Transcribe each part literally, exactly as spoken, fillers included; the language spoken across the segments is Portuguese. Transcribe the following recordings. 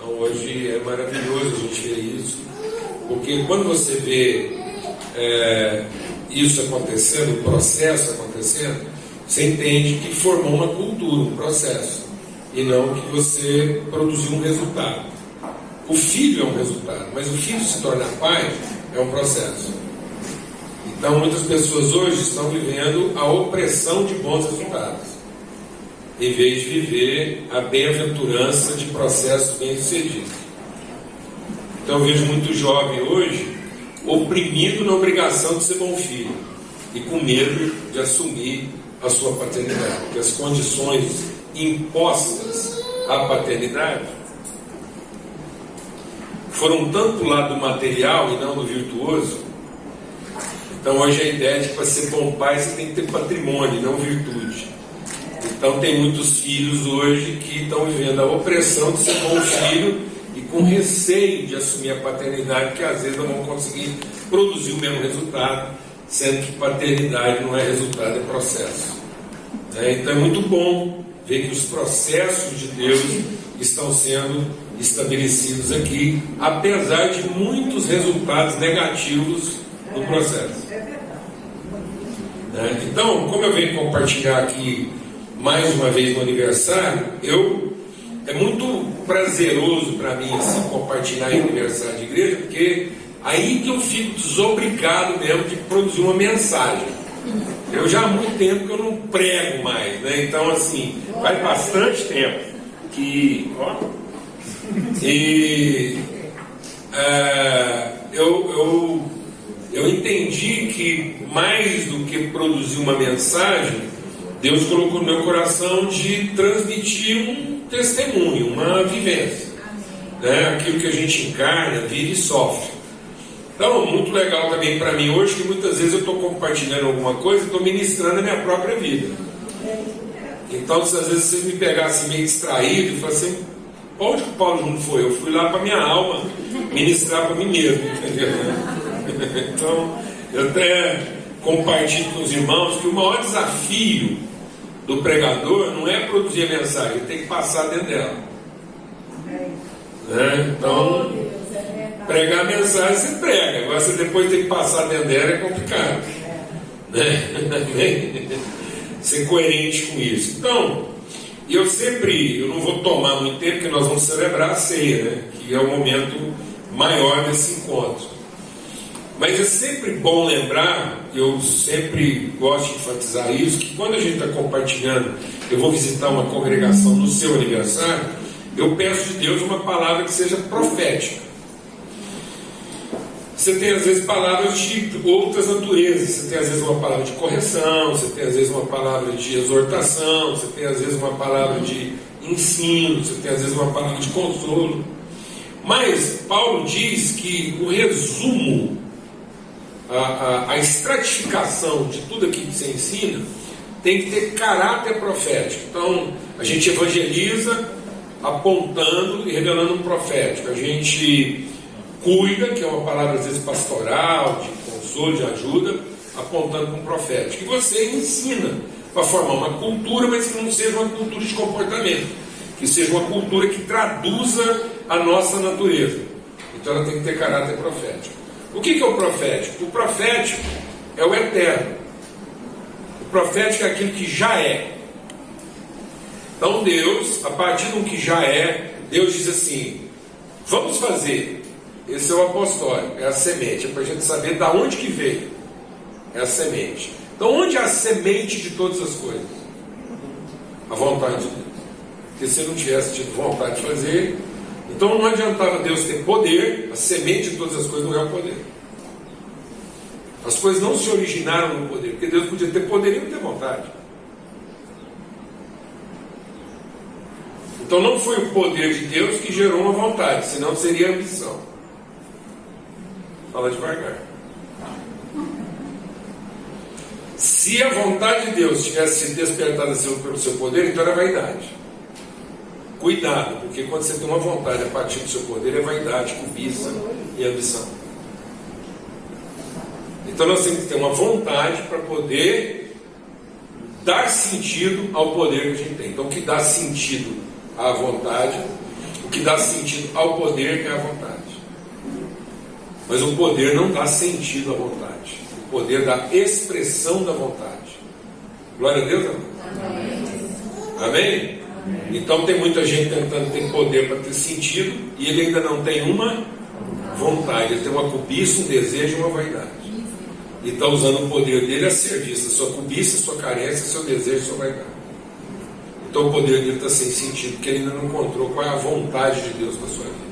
Então hoje é maravilhoso a gente ver isso, porque quando você vê é, isso acontecendo, o processo acontecendo, você entende que formou uma cultura, um processo, e não que você produziu um resultado. O filho é um resultado, mas o filho se tornar pai é um processo. Então muitas pessoas hoje estão vivendo a opressão de bons resultados, em vez de viver a bem-aventurança de processos bem-sucedidos. Então eu vejo muito jovem hoje oprimido na obrigação de ser bom filho e com medo de assumir a sua paternidade, porque as condições impostas à paternidade foram tanto do lado material e não do virtuoso. Então hoje a ideia é de que para ser bom pai você tem que ter patrimônio, não virtude. Então tem muitos filhos hoje que estão vivendo a opressão de ser bom filho e com receio de assumir a paternidade, porque às vezes não vão conseguir produzir o mesmo resultado, sendo que paternidade não é resultado, é processo. É, então é muito bom ver que os processos de Deus estão sendo estabelecidos aqui, apesar de muitos resultados negativos no processo. É, então, como eu venho compartilhar aqui mais uma vez no aniversário, eu, é muito prazeroso para mim assim, compartilhar em aniversário de igreja, porque aí que eu fico desobrigado mesmo de produzir uma mensagem. Eu já há muito tempo que eu não prego mais, né? Então assim, faz bastante tempo que ó, e é, eu, eu, eu entendi que mais do que produzir uma mensagem, Deus colocou no meu coração de transmitir um testemunho, uma vivência, né? Aquilo que a gente encarna, vive e sofre. Então, muito legal também para mim hoje, que muitas vezes eu estou compartilhando alguma coisa e estou ministrando a minha própria vida. Então, se às vezes vocês me pegassem meio distraído e falassem assim, onde que o Paulo Júnior foi? Eu fui lá para minha alma ministrar para mim mesmo, entendeu? Então, eu até compartilho com os irmãos que o maior desafio do pregador não é produzir a mensagem, ele tem que passar dentro dela. Né? Então, pregar a mensagem você prega, agora você depois tem que passar dentro dela é complicado. Né? Ser coerente com isso. Então, eu sempre, eu não vou tomar muito tempo, porque nós vamos celebrar a ceia, né? Que é o momento maior desse encontro. Mas é sempre bom lembrar, eu sempre gosto de enfatizar isso, que quando a gente está compartilhando, eu vou visitar uma congregação no seu aniversário, eu peço de Deus uma palavra que seja profética. Você tem às vezes palavras de outras naturezas, você tem às vezes uma palavra de correção, você tem às vezes uma palavra de exortação, você tem às vezes uma palavra de ensino, você tem às vezes uma palavra de consolo. Mas Paulo diz que o resumo, a, a, a estratificação de tudo aquilo que você ensina tem que ter caráter profético. Então a gente evangeliza apontando e revelando um profético, a gente cuida, que é uma palavra às vezes pastoral, de consolo, de ajuda, apontando para um profético. E você ensina para formar uma cultura, mas que não seja uma cultura de comportamento, que seja uma cultura que traduza a nossa natureza. Então ela tem que ter caráter profético. O que é o profético? O profético é o eterno. O profético é aquilo que já é. Então Deus, a partir do que já é, Deus diz assim, vamos fazer. Esse é o apostólico, é a semente, é para a gente saber de onde que veio. É a semente. Então onde é a semente de todas as coisas? A vontade de Deus. Porque se ele não tivesse tido vontade de fazer, então não adiantava Deus ter poder, a semente de todas as coisas não é o poder. As coisas não se originaram no poder, porque Deus podia ter poder e não ter vontade. Então não foi o poder de Deus que gerou uma vontade, senão seria ambição. Fala devagar. Se a vontade de Deus tivesse sido despertada pelo seu poder, então era vaidade. Cuidado, porque quando você tem uma vontade a partir do seu poder, é vaidade, cobiça e ambição. Então nós temos que ter uma vontade para poder dar sentido ao poder que a gente tem. Então o que dá sentido à vontade, o que dá sentido ao poder, que é a vontade. Mas o poder não dá sentido à vontade. O poder dá expressão da vontade. Glória a Deus, amém? Amém? Amém? Então tem muita gente tentando ter poder para ter sentido, e ele ainda não tem uma vontade. Ele tem uma cobiça, um desejo e uma vaidade. E está usando o poder dele a serviço da sua cobiça, sua carência, seu desejo e sua vaidade. Então o poder dele está sem sentido, porque ele ainda não encontrou qual é a vontade de Deus na sua vida.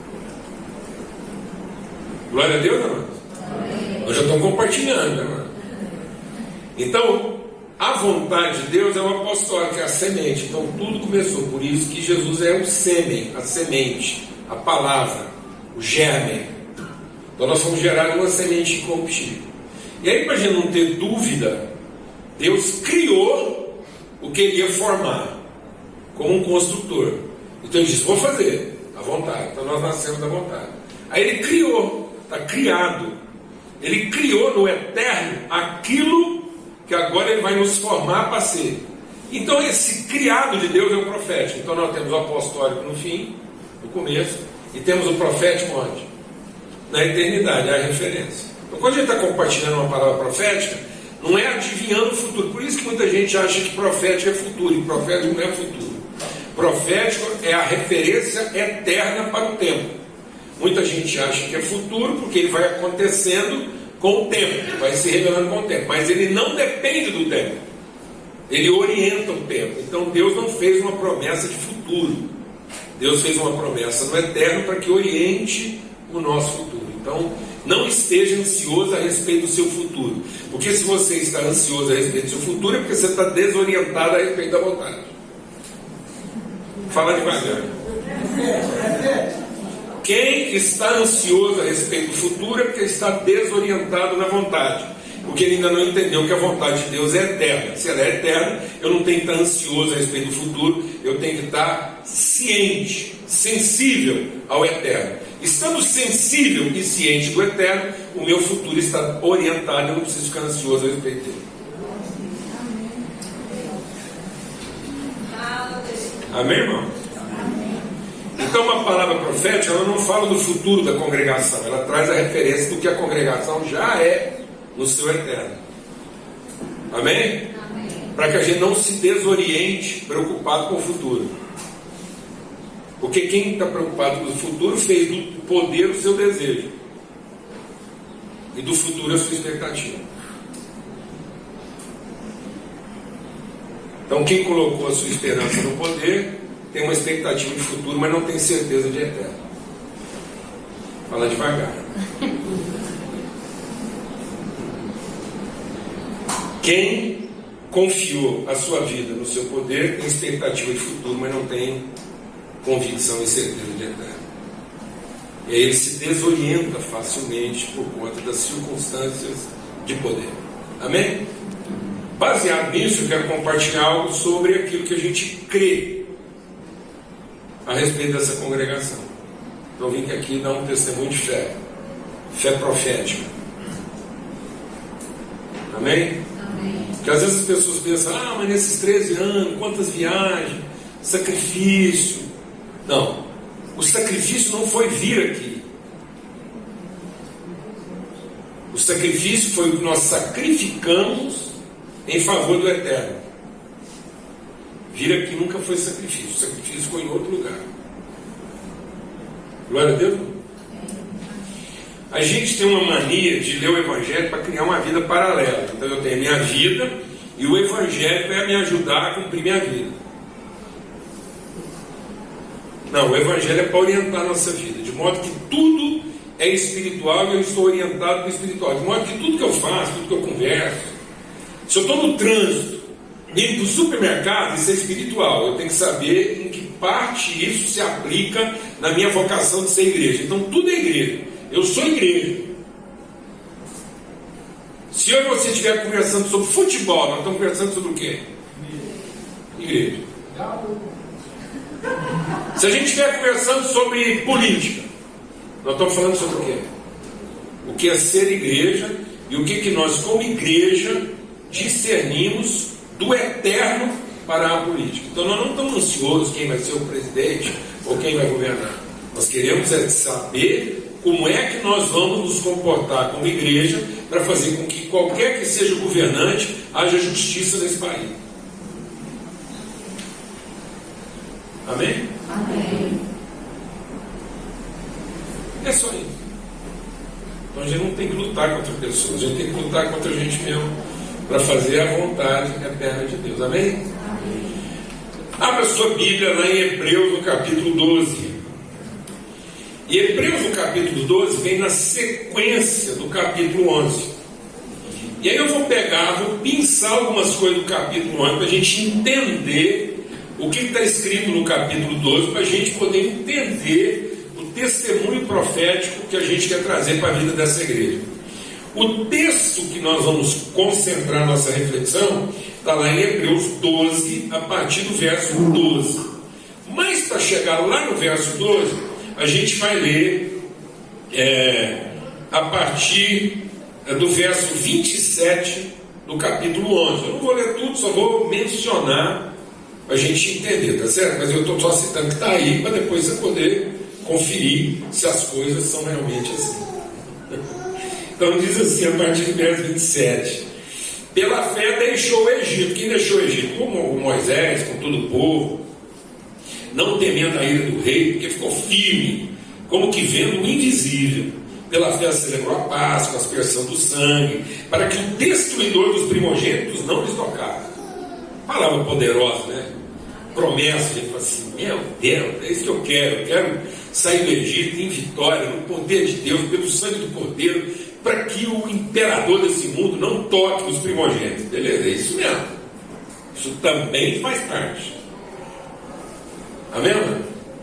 Glória a Deus, irmãos? Nós já estamos compartilhando, né, irmão? Então, a vontade de Deus é o apostólico, é a semente. Então tudo começou, por isso que Jesus é o sêmen, a semente, a palavra, o germe. Então nós fomos gerados uma semente incorruptível. E aí, para a gente não ter dúvida, Deus criou o que ele ia formar, como um construtor. Então ele disse, vou fazer, à vontade. Então nós nascemos da vontade. Aí ele criou, está criado. Ele criou no eterno aquilo que agora ele vai nos formar para ser. Então esse criado de Deus é o profético. Então nós temos o apostólico no fim, no começo, e temos o profético onde? Na eternidade, é a referência. Então quando a gente está compartilhando uma palavra profética, não é adivinhando o futuro. Por isso que muita gente acha que profético é futuro, e profético não é futuro. Profético é a referência eterna para o tempo. Muita gente acha que é futuro porque ele vai acontecendo com o tempo, vai se revelando com o tempo, mas ele não depende do tempo, ele orienta o tempo. Então Deus não fez uma promessa de futuro, Deus fez uma promessa no eterno para que oriente o nosso futuro. Então não esteja ansioso a respeito do seu futuro, porque se você está ansioso a respeito do seu futuro é porque você está desorientado a respeito da vontade. Fala devagar. Quem está ansioso a respeito do futuro é porque está desorientado na vontade, porque ele ainda não entendeu que a vontade de Deus é eterna. Se ela é eterna, eu não tenho que estar ansioso a respeito do futuro, eu tenho que estar ciente, sensível ao eterno. Estando sensível e ciente do eterno, o meu futuro está orientado, eu não preciso ficar ansioso a respeito dele. Amém, irmão? Então uma palavra profética, ela não fala do futuro da congregação, ela traz a referência do que a congregação já é no seu eterno. Amém? Amém. Para que a gente não se desoriente preocupado com o futuro. Porque quem está preocupado com o futuro fez do poder o seu desejo, e do futuro a sua expectativa. Então quem colocou a sua esperança no poder tem uma expectativa de futuro, mas não tem certeza de eterno. Fala devagar. Quem confiou a sua vida no seu poder tem expectativa de futuro, mas não tem convicção e certeza de eterno. E aí ele se desorienta facilmente por conta das circunstâncias de poder. Amém? Baseado nisso, eu quero compartilhar algo sobre aquilo que a gente crê a respeito dessa congregação. Então eu vim aqui dar um testemunho de fé, fé profética. Amém? Amém. Porque às vezes as pessoas pensam, ah, mas nesses treze anos, quantas viagens, sacrifício. Não, o sacrifício não foi vir aqui. O sacrifício foi o que nós sacrificamos em favor do eterno. Vir aqui nunca foi sacrifício, o sacrifício foi em outro lugar. Glória a Deus. A gente tem uma mania de ler o Evangelho para criar uma vida paralela. Então eu tenho a minha vida e o Evangelho vai me ajudar a cumprir minha vida. Não, o Evangelho é para orientar a nossa vida, de modo que tudo é espiritual e eu estou orientado para o espiritual. De modo que tudo que eu faço, tudo que eu converso, se eu estou no trânsito, indo para o supermercado, isso é espiritual. Eu tenho que saber em que parte isso se aplica na minha vocação de ser igreja. Então tudo é igreja. Eu sou igreja. Se eu e você estiver conversando sobre futebol, nós estamos conversando sobre o quê? Igreja. Se a gente estiver conversando sobre política, nós estamos falando sobre o quê? O que é ser igreja e o que, que nós, como igreja, discernimos do eterno para a política. Então nós não estamos ansiosos quem vai ser o presidente, ou ou quem vai governar. Nós queremos é saber como é que nós vamos nos comportar como igreja para fazer com que qualquer que seja o governante haja justiça nesse país. Amém? Amém. É só isso. Então a gente não tem que lutar contra pessoas, a gente tem que lutar contra a gente mesmo para fazer a vontade eterna de Deus. Amém? Amém. Abra sua Bíblia lá em Hebreus, no capítulo doze. E Hebreus, no capítulo doze, vem na sequência do capítulo onze. E aí eu vou pegar, vou pinçar algumas coisas do capítulo onze para a gente entender o que está escrito no capítulo doze, para a gente poder entender o testemunho profético que a gente quer trazer para a vida dessa igreja. O texto que nós vamos concentrar nossa reflexão está lá em Hebreus doze, a partir do verso doze. Mas para chegar lá no verso doze, a gente vai ler é, a partir do verso vinte e sete do capítulo onze. Eu não vou ler tudo, só vou mencionar para a gente entender, tá certo? Mas eu estou só citando que está aí, para depois você poder conferir se as coisas são realmente assim. Então diz assim, a partir do verso vinte e sete: pela fé deixou o Egito. Quem deixou o Egito? Como Moisés, com todo o povo, não temendo a ira do rei, porque ficou firme, como que vendo o invisível. Pela fé celebrou a Páscoa, a aspersão do sangue, para que o destruidor dos primogênitos não lhes tocasse. Palavra poderosa, né? Promessa. Ele fala assim: meu Deus, é isso que eu quero. Eu quero sair do Egito em vitória, no poder de Deus, pelo sangue do Cordeiro, para que o imperador desse mundo não toque os primogênitos. Beleza, é isso mesmo. Isso também faz parte. Amém? Amém?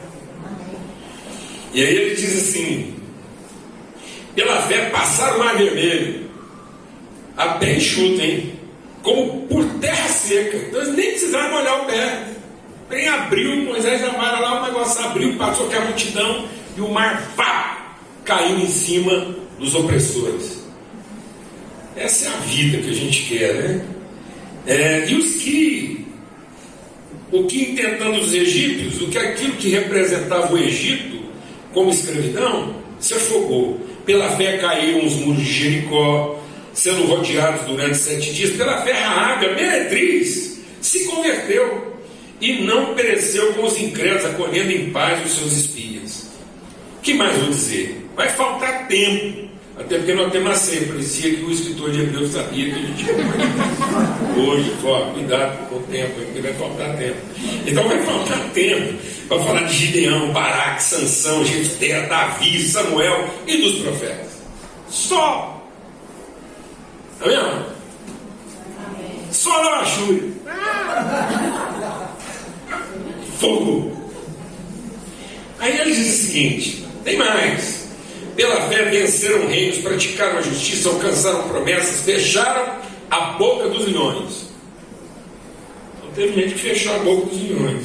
E aí ele diz assim: pela fé passaram o mar vermelho a pé enxuto, hein? Como por terra seca. Então eles nem precisaram molhar o pé. Nem abriu, Moisés já vai lá, o negócio abriu, passou aqui a multidão e o mar pá, caiu em cima dos opressores. Essa é a vida que a gente quer, né? É, e os que o que intentando os egípcios, o que aquilo que representava o Egito como escravidão, se afogou. Pela fé caíram os muros de Jericó, sendo rodeados durante sete dias. Pela fé Raabe, a meretriz, se converteu e não pereceu com os incrédulos, acolhendo em paz os seus espias. O que mais vou dizer? Vai faltar tempo, até porque nós temos a ceia. Parecia que o escritor de Hebreus sabia que a gente ia hoje, ó, cuidado com o tempo, porque vai faltar tempo. Então vai faltar tempo para falar de Gideão, Baraque, Sansão, Jefté, Davi, Samuel e dos profetas. Só. Tá vendo? Só na Axúria. Fogo. Aí ele diz o seguinte: tem mais. Pela fé venceram reinos, praticaram a justiça, alcançaram promessas, fecharam a boca dos leões. Então teve gente que fechou a boca dos leões.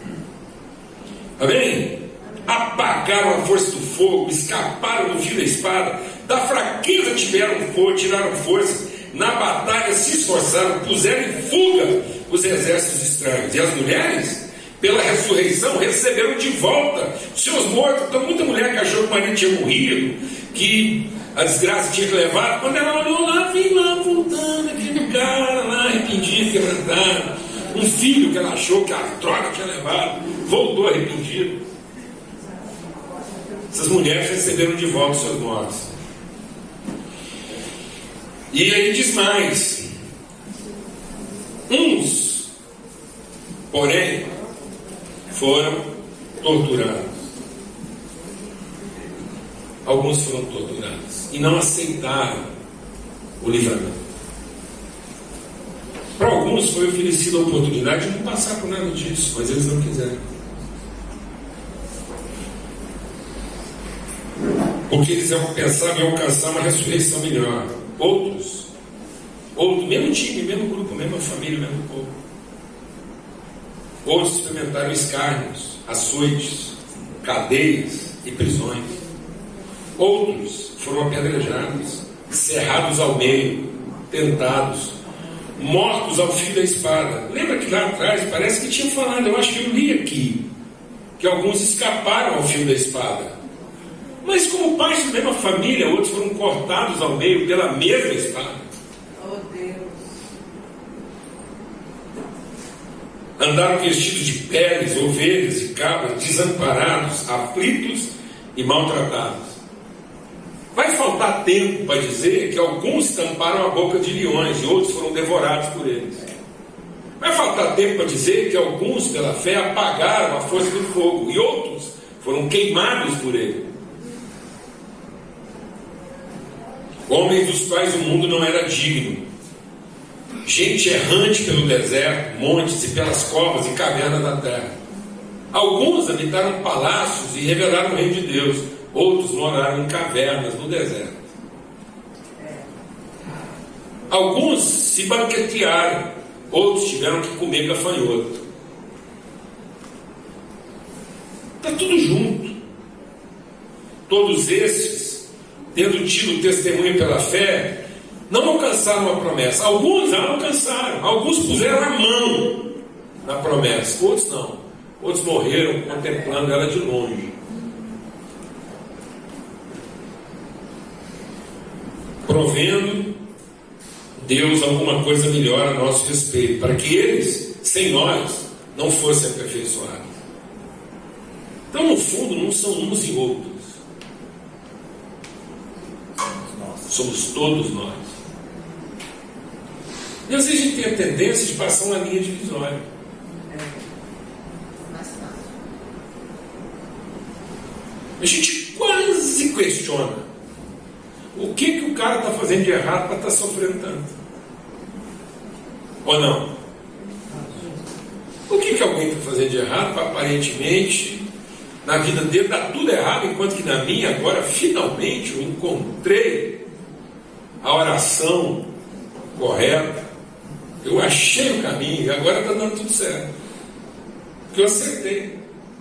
Amém? Apagaram a força do fogo, escaparam do fio da espada, da fraqueza tiveram força, tiraram força, na batalha se esforçaram, puseram em fuga os exércitos estranhos. E as mulheres, pela ressurreição, receberam de volta seus mortos. Então muita mulher que achou que o marido tinha morrido, que a desgraça tinha que levar, quando ela olhou lá, vem lá voltando aquele cara lá, arrependido, quebrantado. Um filho que ela achou que a droga tinha levado, voltou arrependido. Essas mulheres receberam de volta os seus mortos. E aí diz mais: uns, porém, foram torturados. Alguns foram torturados e não aceitaram o livramento. Para alguns foi oferecida a oportunidade de não passar por nada disso, mas eles não quiseram. Porque eles pensavam em alcançar uma ressurreição melhor. Outros, outros, mesmo time, mesmo grupo, mesma família, mesmo povo. Outros experimentaram escárnios, açoites, cadeias e prisões. Outros foram apedrejados, cerrados ao meio, tentados, mortos ao fio da espada. Lembra que lá atrás parece que tinha falado, eu acho que eu li aqui, que alguns escaparam ao fio da espada. Mas como parte da mesma família, outros foram cortados ao meio pela mesma espada. Oh Deus. Andaram vestidos de peles, ovelhas e cabras, desamparados, aflitos e maltratados. Vai faltar tempo para dizer que alguns tamparam a boca de leões e outros foram devorados por eles. Vai faltar tempo para dizer que alguns, pela fé, apagaram a força do fogo e outros foram queimados por ele. Homens dos quais o mundo não era digno. Gente errante pelo deserto, montes e pelas covas e cavernas da terra. Alguns habitaram palácios e revelaram o reino de Deus. Outros moraram em cavernas no deserto. Alguns se banquetearam. Outros tiveram que comer gafanhoto. Está tudo junto. Todos esses, tendo tido testemunho pela fé, não alcançaram a promessa. Alguns a alcançaram. Alguns puseram a mão na promessa. Outros não. Outros morreram contemplando ela de longe. Provendo Deus alguma coisa melhor a nosso respeito, para que eles, sem nós, não fossem aperfeiçoados. Então, no fundo, não são uns e outros. Somos todos nós. E às vezes a gente tem a tendência de passar uma linha divisória. A gente quase questiona o que, que o cara está fazendo de errado para estar sofrendo tanto. Ou não? O que, que alguém está fazendo de errado para aparentemente na vida dele dar tudo errado, enquanto que na minha agora finalmente eu encontrei a oração correta, eu achei o caminho e agora está dando tudo certo, porque eu acertei.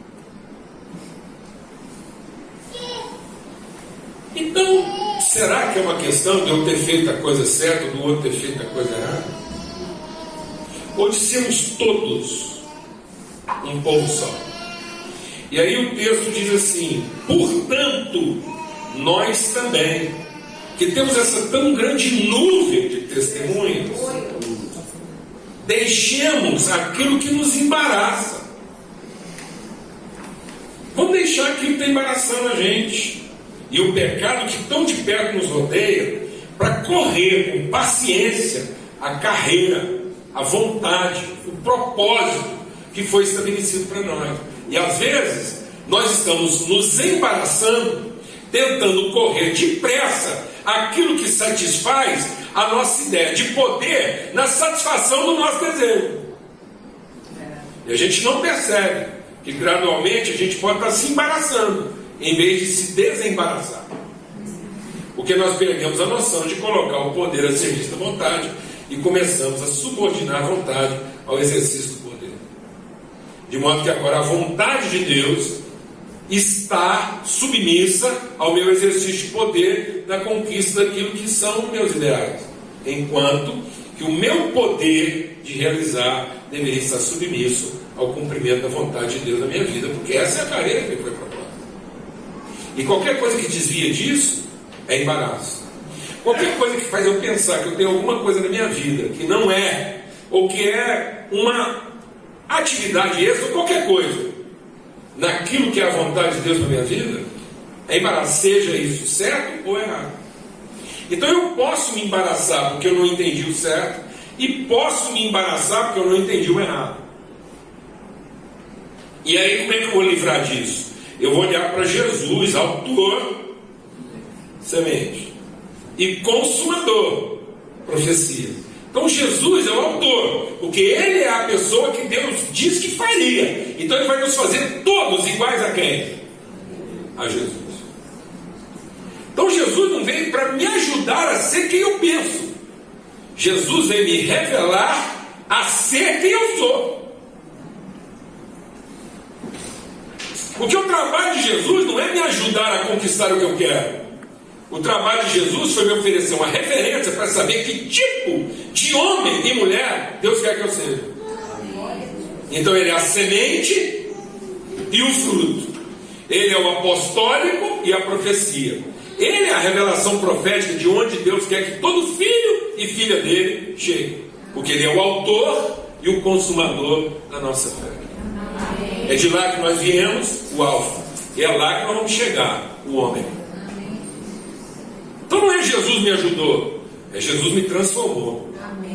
Então, será que é uma questão de eu ter feito a coisa certa ou do outro ter feito a coisa errada? Ou de sermos todos um povo só? E aí o texto diz assim: portanto, nós também, que temos essa tão grande nuvem de testemunhas, deixemos aquilo que nos embaraça. Vamos deixar aquilo que está embaraçando a gente e o pecado que tão de perto nos rodeia, para correr com paciência a carreira, a vontade, o propósito que foi estabelecido para nós. E às vezes nós estamos nos embaraçando, tentando correr depressa aquilo que satisfaz a nossa ideia de poder na satisfação do nosso desejo. E a gente não percebe que gradualmente a gente pode estar se embaraçando em vez de se desembaraçar, porque nós perdemos a noção de colocar o poder a serviço da vontade e começamos a subordinar a vontade ao exercício do poder, de modo que agora a vontade de Deus está submissa ao meu exercício de poder na conquista daquilo que são meus ideais, enquanto que o meu poder de realizar deveria estar submisso ao cumprimento da vontade de Deus na minha vida, porque essa é a carreira que foi proposta. E qualquer coisa que desvia disso é embaraço. Qualquer coisa que faz eu pensar que eu tenho alguma coisa na minha vida que não é, ou que é uma atividade extra, ou qualquer coisa, naquilo que é a vontade de Deus na minha vida, é embaraço, seja isso certo ou errado. Então eu posso me embaraçar porque eu não entendi o certo, e posso me embaraçar porque eu não entendi o errado. E aí como é que eu vou livrar disso? Eu vou olhar para Jesus, autor, semente, e consumador, profecia. Então Jesus é o autor, porque ele é a pessoa que Deus diz que faria. Então ele vai nos fazer todos iguais a quem? A Jesus. Então Jesus não veio para me ajudar a ser quem eu penso. Jesus veio me revelar a ser quem eu sou. Porque o trabalho de Jesus não é me ajudar a conquistar o que eu quero. O trabalho de Jesus foi me oferecer uma referência para saber que tipo de homem e mulher Deus quer que eu seja. Então ele é a semente e o fruto. Ele é o apostólico e a profecia. Ele é a revelação profética de onde Deus quer que todo filho e filha dele chegue. Porque ele é o autor e o consumador da nossa fé. É de lá que nós viemos, o alfa. E é lá que nós vamos chegar, o ômega. Então não é Jesus me ajudou, é Jesus me transformou.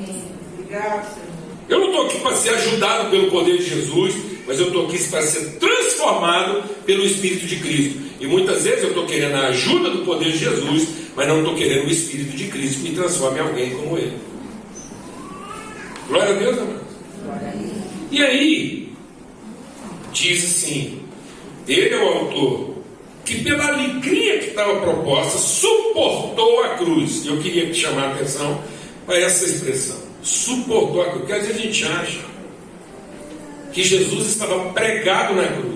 Eu não estou aqui para ser ajudado pelo poder de Jesus, mas eu estou aqui para ser transformado pelo Espírito de Cristo. E muitas vezes eu estou querendo a ajuda do poder de Jesus, mas não estou querendo o Espírito de Cristo que me transforme em alguém como Ele. Glória a Deus, amados. E aí, diz assim, ele é o autor que pela alegria que estava proposta, suportou a cruz. E eu queria te chamar a atenção para essa expressão. Suportou a cruz. Porque às vezes a gente acha que Jesus estava pregado na cruz.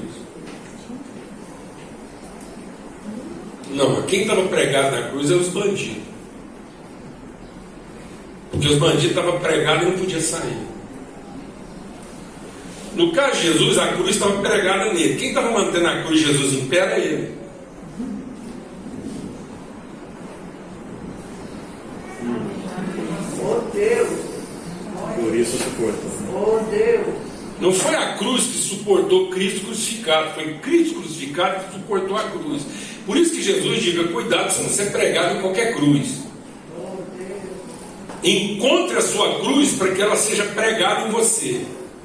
Não, quem estava pregado na cruz eram os bandidos. Porque os bandidos estavam pregados e não podiam sair. No caso de Jesus, a cruz estava pregada nele. Quem estava mantendo a cruz de Jesus em pé era ele. Oh Deus! Por isso suporta. Oh Deus! Não foi a cruz que suportou Cristo crucificado, foi Cristo crucificado que suportou a cruz. Por isso que Jesus diga, cuidado, se não ser pregado em qualquer cruz. Encontre a sua cruz para que ela seja pregada em você.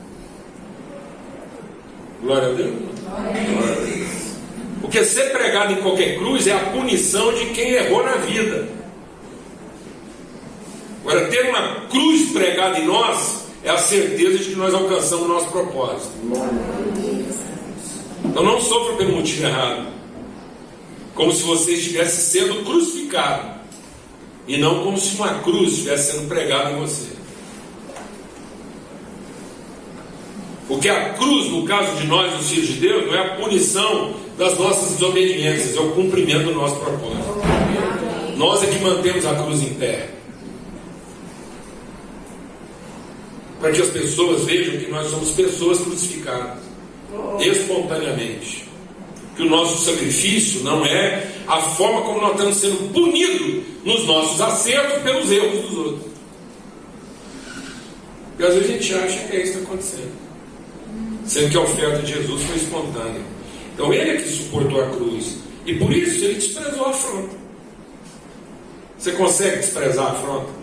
Glória a Deus. Glória a Deus. Porque ser pregado em qualquer cruz é a punição de quem errou na vida. Agora, ter uma cruz pregada em nós é a certeza de que nós alcançamos o nosso propósito. Então não sofra pelo motivo errado. Como se você estivesse sendo crucificado. E não como se uma cruz estivesse sendo pregada em você. Porque a cruz, no caso de nós, os filhos de Deus, não é a punição das nossas desobediências, é o cumprimento do nosso propósito. Nós é que mantemos a cruz em pé. Para que as pessoas vejam que nós somos pessoas crucificadas, espontaneamente. Que o nosso sacrifício não é a forma como nós estamos sendo punidos nos nossos acertos pelos erros dos outros. E às vezes a gente acha que é isso que está acontecendo, sendo que a oferta de Jesus foi espontânea. Então ele é que suportou a cruz, e por isso ele desprezou a afronta. Você consegue desprezar a afronta?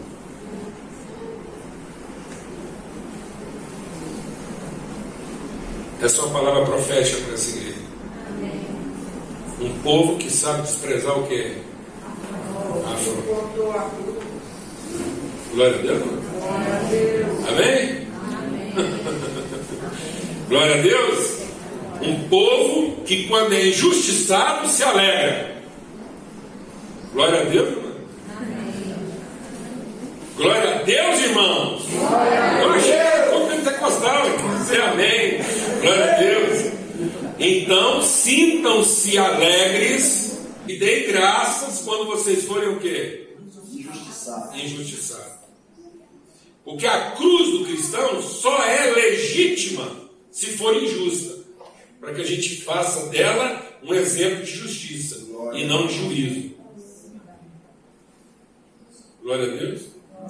Essa é uma palavra profética para essa igreja. Um povo que sabe desprezar o que é a afronta. Glória a Deus. Amém? Glória a Deus. Um povo que quando é injustiçado se alegra. Glória a Deus, irmão. Glória a Deus, irmãos. Eu achei que era pouco pentecostal. Dizer amém. Glória a Deus. Então sintam-se alegres e deem graças quando vocês forem o quê? Injustiçados. Injustiçados. Porque a cruz do cristão só é legítima se for injusta, para que a gente faça dela um exemplo de justiça e não de juízo. Glória a Deus.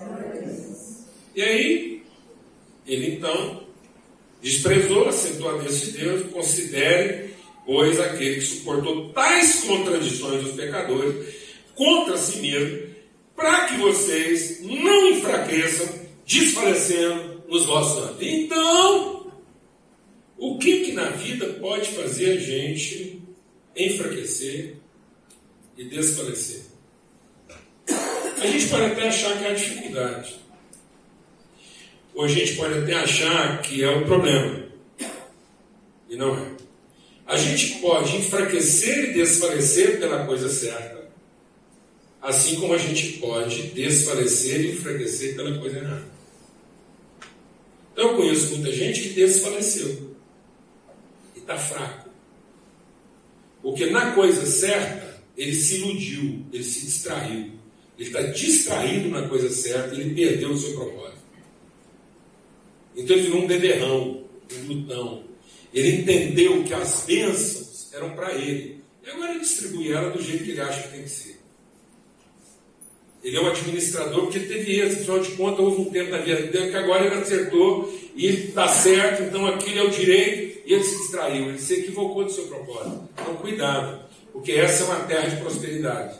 E aí, ele então desprezou, assentou a Deus de Deus, considere, pois, aquele que suportou tais contradições dos pecadores contra si mesmo, para que vocês não enfraqueçam, desfalecendo nos vossos anos. Então, o que que na vida pode fazer a gente enfraquecer e desfalecer? A gente pode até achar que é a dificuldade. Ou a gente pode até achar que é o problema. E não é. A gente pode enfraquecer e desfalecer pela coisa certa. Assim como a gente pode desfalecer e enfraquecer pela coisa errada. Então eu conheço muita gente que desfaleceu. E está fraco. Porque na coisa certa, ele se iludiu, ele se distraiu. Ele está distraído na coisa certa, ele perdeu o seu propósito. Então ele virou um beberrão, um glutão. Ele entendeu que as bênçãos eram para ele. E agora ele distribui ela do jeito que ele acha que tem que ser. Ele é um administrador porque teve êxito. Afinal de contas, houve um tempo na vida dele que agora ele acertou e ele está certo, então aquilo é o direito, e ele se distraiu, ele se equivocou do seu propósito. Então cuidado, porque essa é uma terra de prosperidade.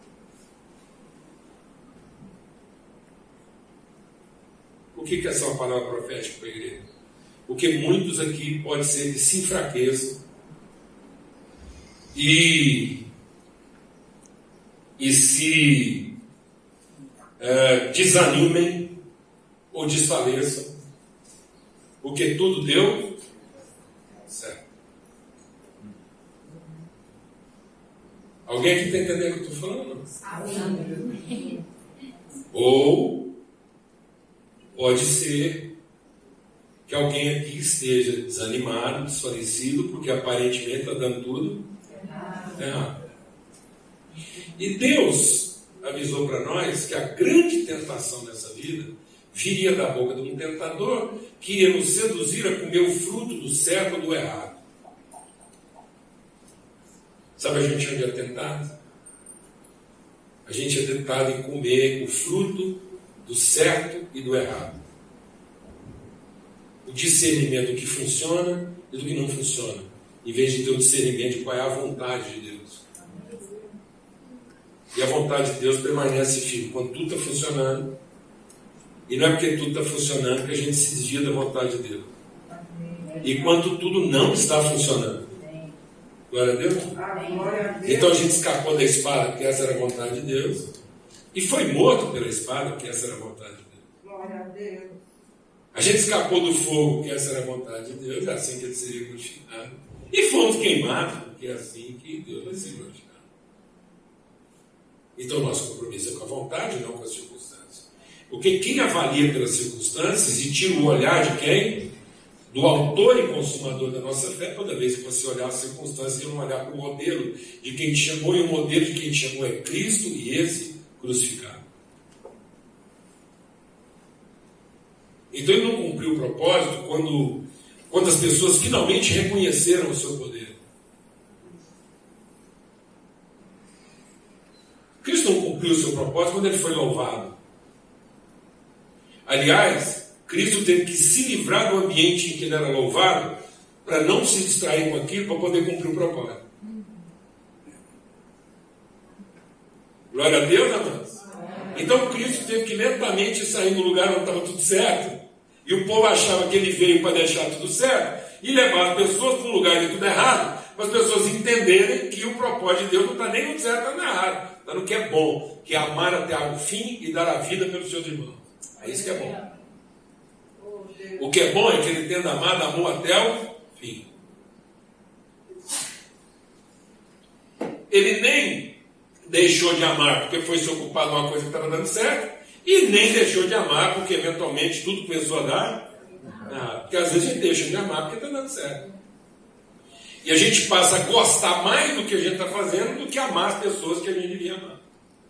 O que é essa uma palavra profética para a igreja? Porque muitos aqui pode ser que se enfraqueçam e, e se é, desanimem ou desfaleçam, porque tudo deu certo. Alguém aqui está entendendo o que eu estou falando? Amém. Ou pode ser que alguém aqui esteja desanimado, desfalecido, porque aparentemente está dando tudo errado. errado. E Deus avisou para nós que a grande tentação dessa vida viria da boca de um tentador que ia nos seduzir a comer o fruto do certo ou do errado. Sabe a gente onde é tentado? A gente é tentado em comer o fruto do certo e do errado. O discernimento do que funciona e do que não funciona, em vez de ter o discernimento de qual é a vontade de Deus. E a vontade de Deus permanece firme quando tudo está funcionando. E não é porque tudo está funcionando que a gente se desvia da vontade de Deus. E quando tudo não está funcionando. Glória a Deus. Então a gente escapou da espada, porque essa era a vontade de Deus. E foi morto pela espada, porque essa era a vontade de Deus. Glória a Deus. A gente escapou do fogo, porque essa era a vontade de Deus, é assim que ele seria glorificado. E fomos queimados, porque é assim que Deus vai ser glorificado. Então nosso compromisso é com a vontade, não com as circunstâncias. Porque quem avalia pelas circunstâncias e tira o olhar de quem? Do autor e consumador da nossa fé, toda vez que você olhar as circunstâncias e não olhar para o modelo de quem te chamou, e o modelo de quem te chamou é Cristo e esse crucificado. Então ele não cumpriu o propósito quando, quando as pessoas finalmente reconheceram o seu poder. Cristo não cumpriu o seu propósito quando ele foi louvado. Aliás, Cristo teve que se livrar do ambiente em que ele era louvado para não se distrair com aquilo, para poder cumprir o propósito. Glória a Deus, amados. Então Cristo teve que lentamente sair do lugar onde estava tudo certo, e o povo achava que ele veio para deixar tudo certo, e levar as pessoas para um lugar de tudo errado, para as pessoas entenderem que o propósito de Deus não está nem no certo nem no errado, está no que é bom, que é amar até o fim e dar a vida pelos seus irmãos. É isso que é bom. O que é bom é que ele tendo amado, amou até o fim. Ele nem deixou de amar porque foi se ocupar de uma coisa que estava dando certo, e nem deixou de amar porque eventualmente tudo começou a dar. Ah, porque às vezes a gente deixa de amar porque está dando certo. E a gente passa a gostar mais do que a gente está fazendo do que amar as pessoas que a gente devia amar.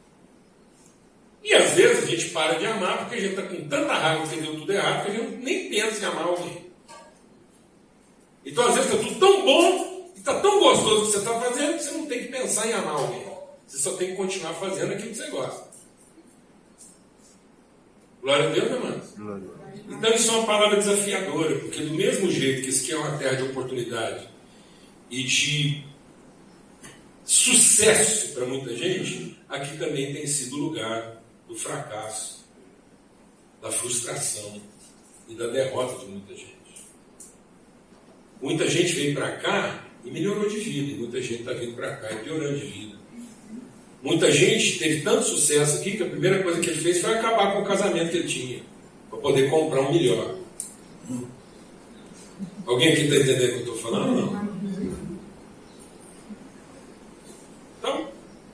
E às vezes a gente para de amar porque a gente está com tanta raiva que deu tudo errado que a gente nem pensa em amar alguém. Então às vezes está tudo tão bom e está tão gostoso o que você está fazendo que você não tem que pensar em amar alguém. Você só tem que continuar fazendo aquilo que você gosta. Glória a Deus, meu irmão. Então isso é uma palavra desafiadora, porque do mesmo jeito que isso aqui é uma terra de oportunidade e de sucesso para muita gente, aqui também tem sido lugar do fracasso, da frustração e da derrota de muita gente. Muita gente veio para cá e melhorou de vida, e muita gente está vindo para cá e piorando de vida. Muita gente teve tanto sucesso aqui que a primeira coisa que ele fez foi acabar com o casamento que ele tinha, para poder comprar um melhor. Alguém aqui está entendendo o que eu estou falando? Não. Então,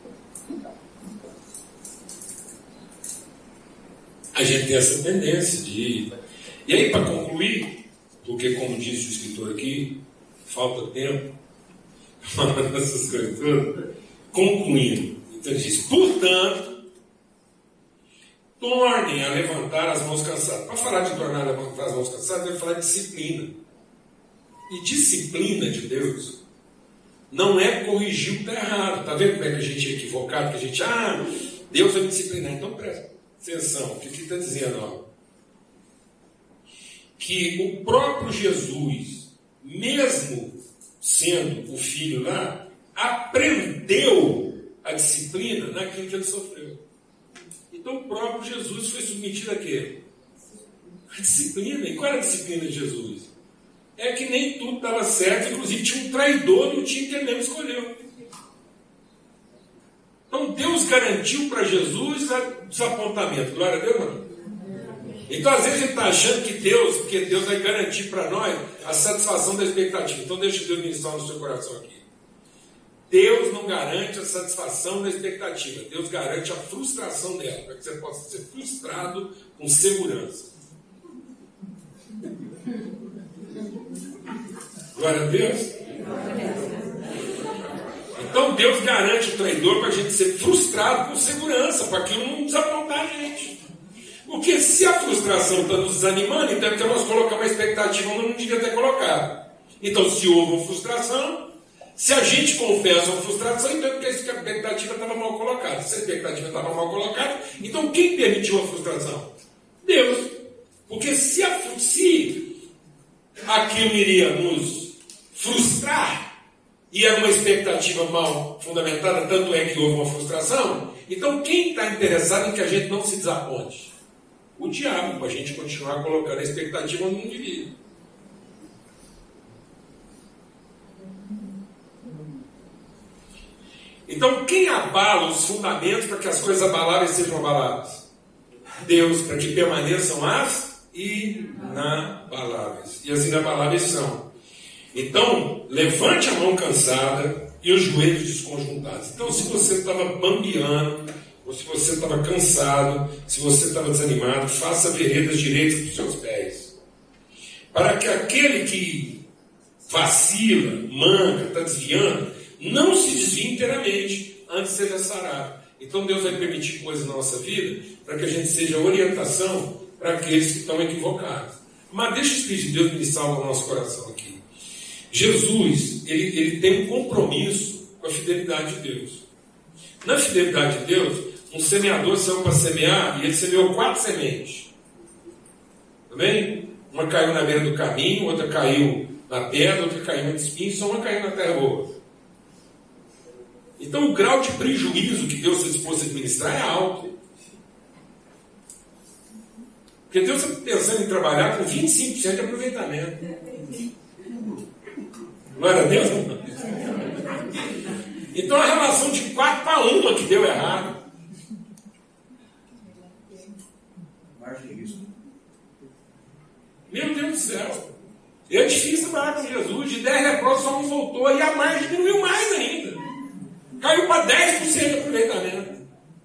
a gente tem essa tendência de... E aí, para concluir, porque como diz o escritor aqui, falta tempo, falando essas coisas todas, concluindo, então ele diz, portanto, tornem a levantar as mãos cansadas. Para falar de tornar a levantar as mãos cansadas, deve falar de disciplina. E disciplina de Deus não é corrigir o que está errado. Está vendo como é que a gente é equivocado? Que a gente, ah, Deus vai me disciplinar. Então presta atenção, o que ele está dizendo? Ó? Que o próprio Jesus, mesmo sendo o filho lá, aprendeu a disciplina naquilo que ele sofreu. Então o próprio Jesus foi submetido a quê? A disciplina. E qual era a disciplina de Jesus? É que nem tudo estava certo, inclusive tinha um traidor no time que ele mesmo escolheu. Então Deus garantiu para Jesus o desapontamento. Glória a Deus, mano. Então às vezes a gente está achando que Deus, porque Deus vai garantir para nós a satisfação da expectativa. Então deixa Deus ministrar no seu coração aqui. Deus não garante a satisfação da expectativa. Deus garante a frustração dela, para que você possa ser frustrado com segurança. Glória a Deus. Então Deus garante o traidor para a gente ser frustrado com segurança, para aquilo não desapontar a gente. Porque se a frustração está nos desanimando, então é porque nós colocamos uma expectativa onde não devia ter colocado. Então se houve uma frustração, se a gente confessa uma frustração, então é porque a expectativa estava mal colocada. Se a expectativa estava mal colocada, então quem permitiu a frustração? Deus. Porque se, a, se aquilo iria nos frustrar, e era uma expectativa mal fundamentada, tanto é que houve uma frustração, então quem está interessado em que a gente não se desaponte? O diabo, para a gente continuar colocando a expectativa onde não devia. Então quem abala os fundamentos para que as coisas abaláveis sejam abaladas? Deus, para que permaneçam as inabaláveis. E as inabaláveis são. Então, levante a mão cansada e os joelhos desconjuntados. Então, se você estava bambeando, ou se você estava cansado, se você estava desanimado, faça veredas direitas para os seus pés. Para que aquele que vacila, manca, está desviando, não se desvie inteiramente, antes seja sarado. Então, Deus vai permitir coisas na nossa vida para que a gente seja orientação para aqueles que estão equivocados. Mas deixa o Espírito de Deus ministrar no nosso coração aqui. Jesus, ele, ele tem um compromisso com a fidelidade de Deus. Na fidelidade de Deus, um semeador saiu para semear e ele semeou quatro sementes. Tá bem? Uma caiu na beira do caminho, outra caiu na pedra, outra caiu no espinho, só uma caiu na terra boa. Então o grau de prejuízo que Deus se dispôs a administrar é alto. Porque Deus está pensando em trabalhar com vinte e cinco por cento de aproveitamento. Glória a Deus, não? Então a relação de quatro para uma que deu errado. Meu Deus do céu. É difícil trabalhar com Jesus. De dez leprosos só um voltou e a margem diminuiu mais ainda. Caiu para dez por cento de aproveitamento.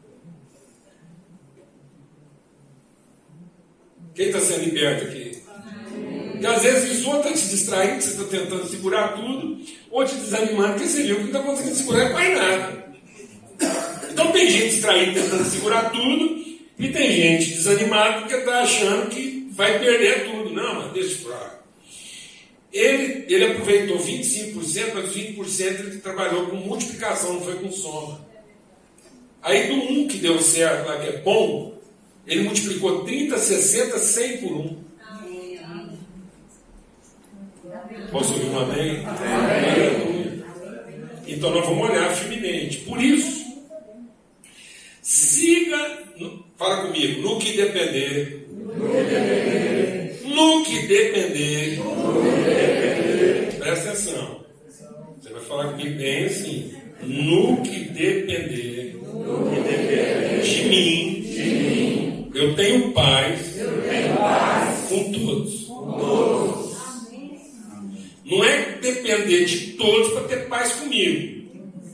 Quem está sendo liberto aqui? Porque às vezes o outro está te distraindo, você está tentando segurar tudo, ou te desanimando, porque você viu que não está conseguindo segurar mais nada. Então tem gente distraída tentando segurar tudo, e tem gente desanimada porque está achando que vai perder tudo. Não, mas deixa pra lá. Ele, ele aproveitou vinte e cinco por cento, mas vinte por cento ele trabalhou com multiplicação, não foi com soma. Aí do um que deu certo lá, que é bom, ele multiplicou trinta, sessenta, cem por um. Posso ouvir um amém? Amém. Então nós vamos olhar firmemente. Por isso, siga, fala comigo, no que depender. No que depender. Presta atenção. Você vai falar comigo bem assim. No que depender de mim, eu tenho paz com todos. Não é depender de todos para ter paz comigo.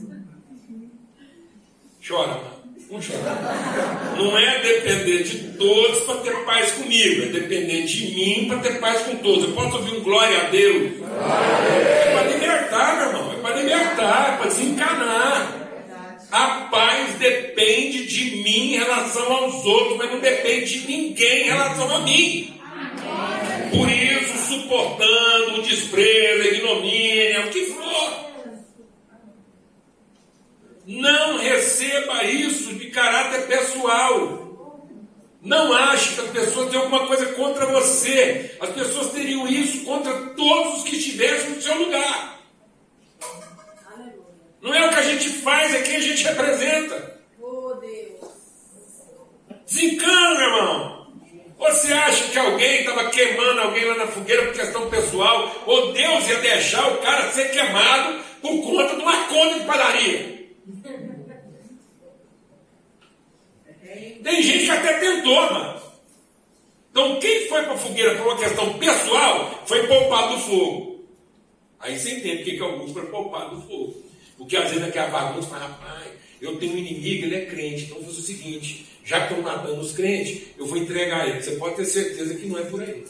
Chora, mano. Não chora. Não é depender de todos para ter paz comigo. É depender de mim para ter paz com todos. Eu posso ouvir um glória a Deus? Glória a Deus. É para libertar, meu irmão. É para libertar, é para desencanar. A paz depende de mim em relação aos outros, mas não depende de ninguém em relação a mim. Por isso, suportando o desprezo, a ignomínia, o que for. Não receba isso de caráter pessoal. Não ache que as pessoas têm alguma coisa contra você. As pessoas teriam isso contra todos os que estivessem no seu lugar. Não é o que a gente faz, é quem a gente representa. Desencana, meu irmão. Você acha que alguém estava queimando alguém lá na fogueira por questão pessoal? Ou Deus ia deixar o cara ser queimado por conta de uma conta de padaria? Tem gente que até tentou, mano. Então quem foi para a fogueira por uma questão pessoal foi poupado do fogo. Aí você entende porque que alguns foram poupados do fogo. Porque às vezes aquela bagunça fala, rapaz, eu tenho um inimigo, ele é crente, então vou fazer o seguinte, já que estão matando os crentes, eu vou entregar ele. Você pode ter certeza que não é por aí.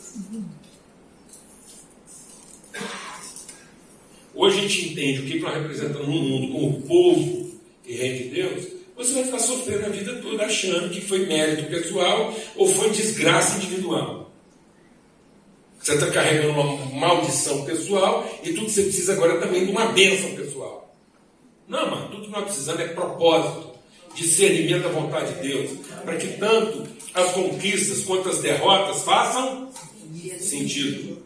Hoje a gente entende o que nós representamos no mundo como povo e reino de Deus. Você vai ficar sofrendo a vida toda achando que foi mérito pessoal ou foi desgraça individual. Você está carregando uma maldição pessoal e tudo que você precisa agora é também de uma bênção pessoal. Não, mano, tudo que nós precisamos é propósito, discernimento da vontade de Deus, para que tanto as conquistas quanto as derrotas façam sentido.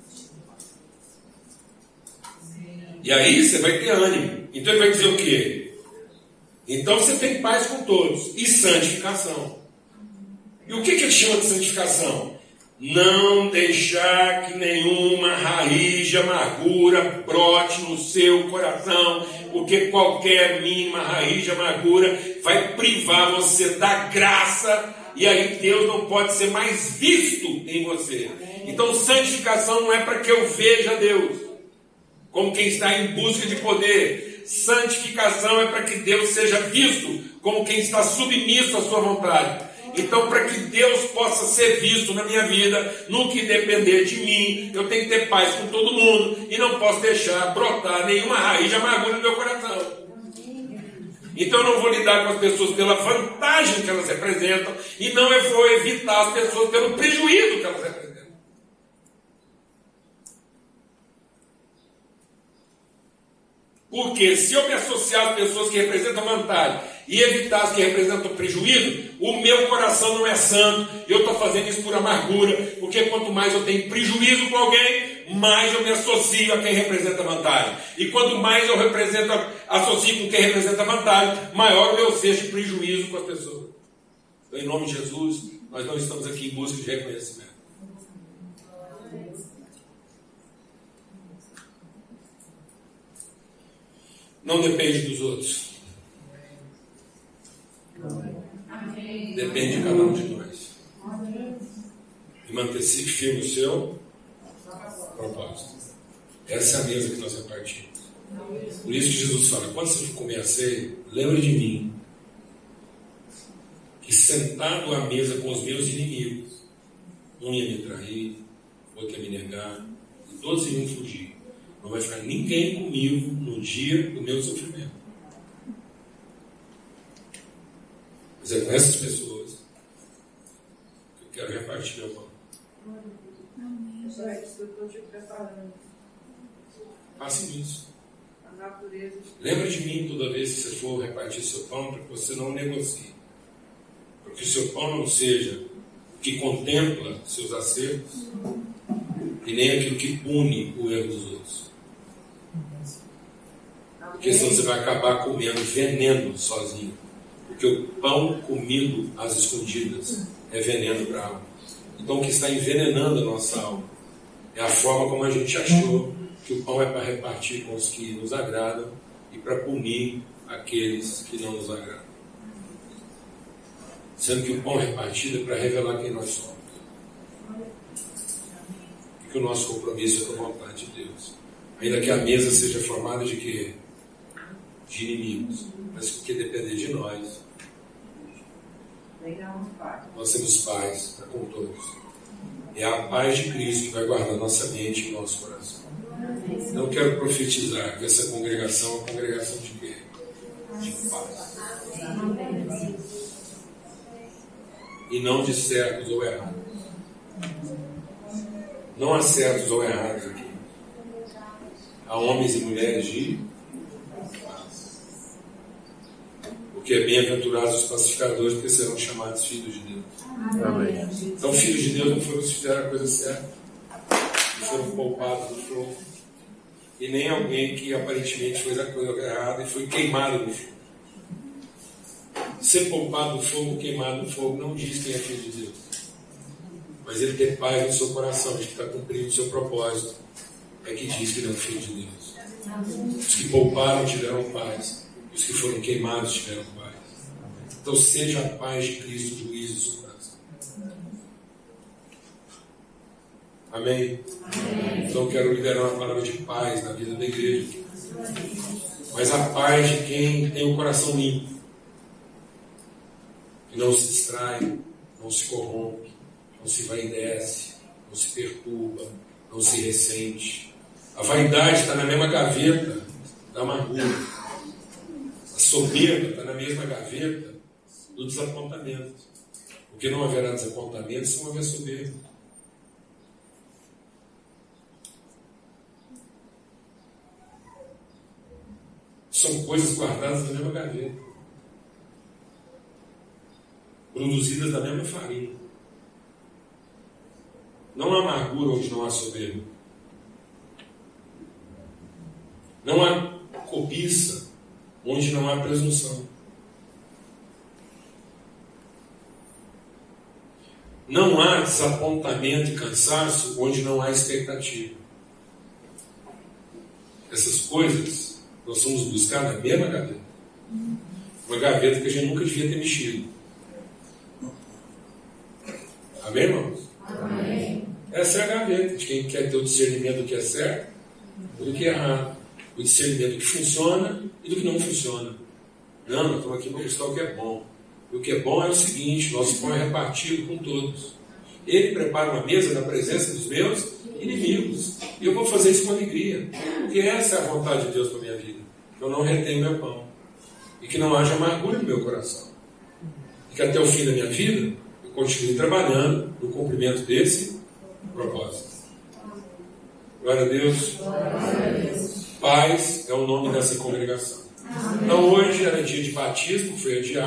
E aí você vai ter ânimo. Então ele vai dizer o quê? Então você tem paz com todos. E santificação. E o que, que ele chama de santificação? Não deixar que nenhuma raiz de amargura brote no seu coração, porque qualquer mínima raiz de amargura vai privar você da graça, e aí Deus não pode ser mais visto em você. Então santificação não é para que eu veja Deus como quem está em busca de poder. Santificação é para que Deus seja visto como quem está submisso à sua vontade. Então, para que Deus possa ser visto na minha vida, no que depender de mim, eu tenho que ter paz com todo mundo e não posso deixar brotar nenhuma raiz de amargura no meu coração. Então eu não vou lidar com as pessoas pela vantagem que elas representam e não eu vou evitar as pessoas pelo prejuízo que elas representam. Porque se eu me associar às pessoas que representam vantagem e evitar as que representam prejuízo, o meu coração não é santo. E eu estou fazendo isso por amargura, porque quanto mais eu tenho prejuízo com alguém, mais eu me associo a quem representa vantagem. E quanto mais eu represento, associo com quem representa vantagem, maior o meu senso de prejuízo com as pessoas. Então, em nome de Jesus, nós não estamos aqui em busca de reconhecimento. Não depende dos outros. Amém. Depende de cada um de nós. Amém. E manter-se firme o seu propósito. Essa é a mesa que nós repartimos. Por isso que Jesus fala, quando você for comer a ceia, lembre de mim, que sentado à mesa com os meus inimigos, um ia me trair, outro ia me negar, e todos iriam fugir. Não vai ficar ninguém comigo no dia do meu sofrimento. Mas é com essas pessoas que eu quero repartir meu pão. É isso que eu estou te preparando. Faça isso. Lembre de mim toda vez que você for repartir seu pão, para que você não negocie. Para que o seu pão não seja o que contempla seus acertos e nem aquilo que pune o erro dos outros. Porque senão você vai acabar comendo veneno sozinho. Porque o pão comido às escondidas é veneno para a alma. Então o que está envenenando a nossa alma é a forma como a gente achou que o pão é para repartir com os que nos agradam e para punir aqueles que não nos agradam. Sendo que o pão repartido é para revelar quem nós somos. E que o nosso compromisso é com a vontade de Deus. Ainda que a mesa seja formada de quê? De inimigos, mas porque depender de nós, nós temos paz para com todos. É a paz de Cristo que vai guardar nossa mente e nosso coração. Não quero profetizar que essa congregação é uma congregação de quê? De paz. E não de certos ou errados. Não há certos ou errados aqui. Há homens e mulheres de paz. Porque é bem-aventurados os pacificadores, porque serão chamados filhos de Deus. Amém. Então, filhos de Deus não foram os que fizeram a coisa certa, não foram poupados do fogo, e nem alguém que aparentemente fez a coisa errada e foi queimado no fogo. Ser poupado do fogo, queimado no fogo, não diz quem é filho de Deus. Mas ele ter paz no seu coração, de que está cumprindo o seu propósito, é que diz que ele é um filho de Deus. Os que pouparam tiveram paz, e os que foram queimados tiveram paz. Então seja a paz de Cristo o juízo do seu coração. Amém? Amém? Então eu quero liberar uma palavra de paz na vida da igreja. Mas a paz de quem tem o coração limpo. Que não se distrai, não se corrompe, não se vaidece, não se perturba, não se ressente. A vaidade está na mesma gaveta da amargura. A soberba está na mesma gaveta do desapontamento. Porque não haverá desapontamento se não houver soberba. São coisas guardadas na mesma gaveta. Produzidas da mesma farinha. Não há amargura onde não há soberba. Não há cobiça onde não há presunção. Não há desapontamento e cansaço onde não há expectativa. Essas coisas nós vamos buscar na mesma gaveta. Uma gaveta que a gente nunca devia ter mexido. Amém, irmãos? Amém. Essa é a gaveta de quem quer ter o discernimento do que é certo e do que é errado. O discernimento do que funciona e do que não funciona. Não, nós estamos aqui para buscar o que é bom. E o que é bom é o seguinte: nosso pão é repartido com todos. Ele prepara uma mesa na presença dos meus inimigos. E eu vou fazer isso com alegria. Porque essa é a vontade de Deus para a minha vida. Que eu não retenho meu pão. E que não haja amargura no meu coração. E que até o fim da minha vida eu continue trabalhando no cumprimento desse propósito. Glória a Deus. Glória a Deus. Paz é o nome dessa congregação. Então hoje era dia de batismo, foi adiado.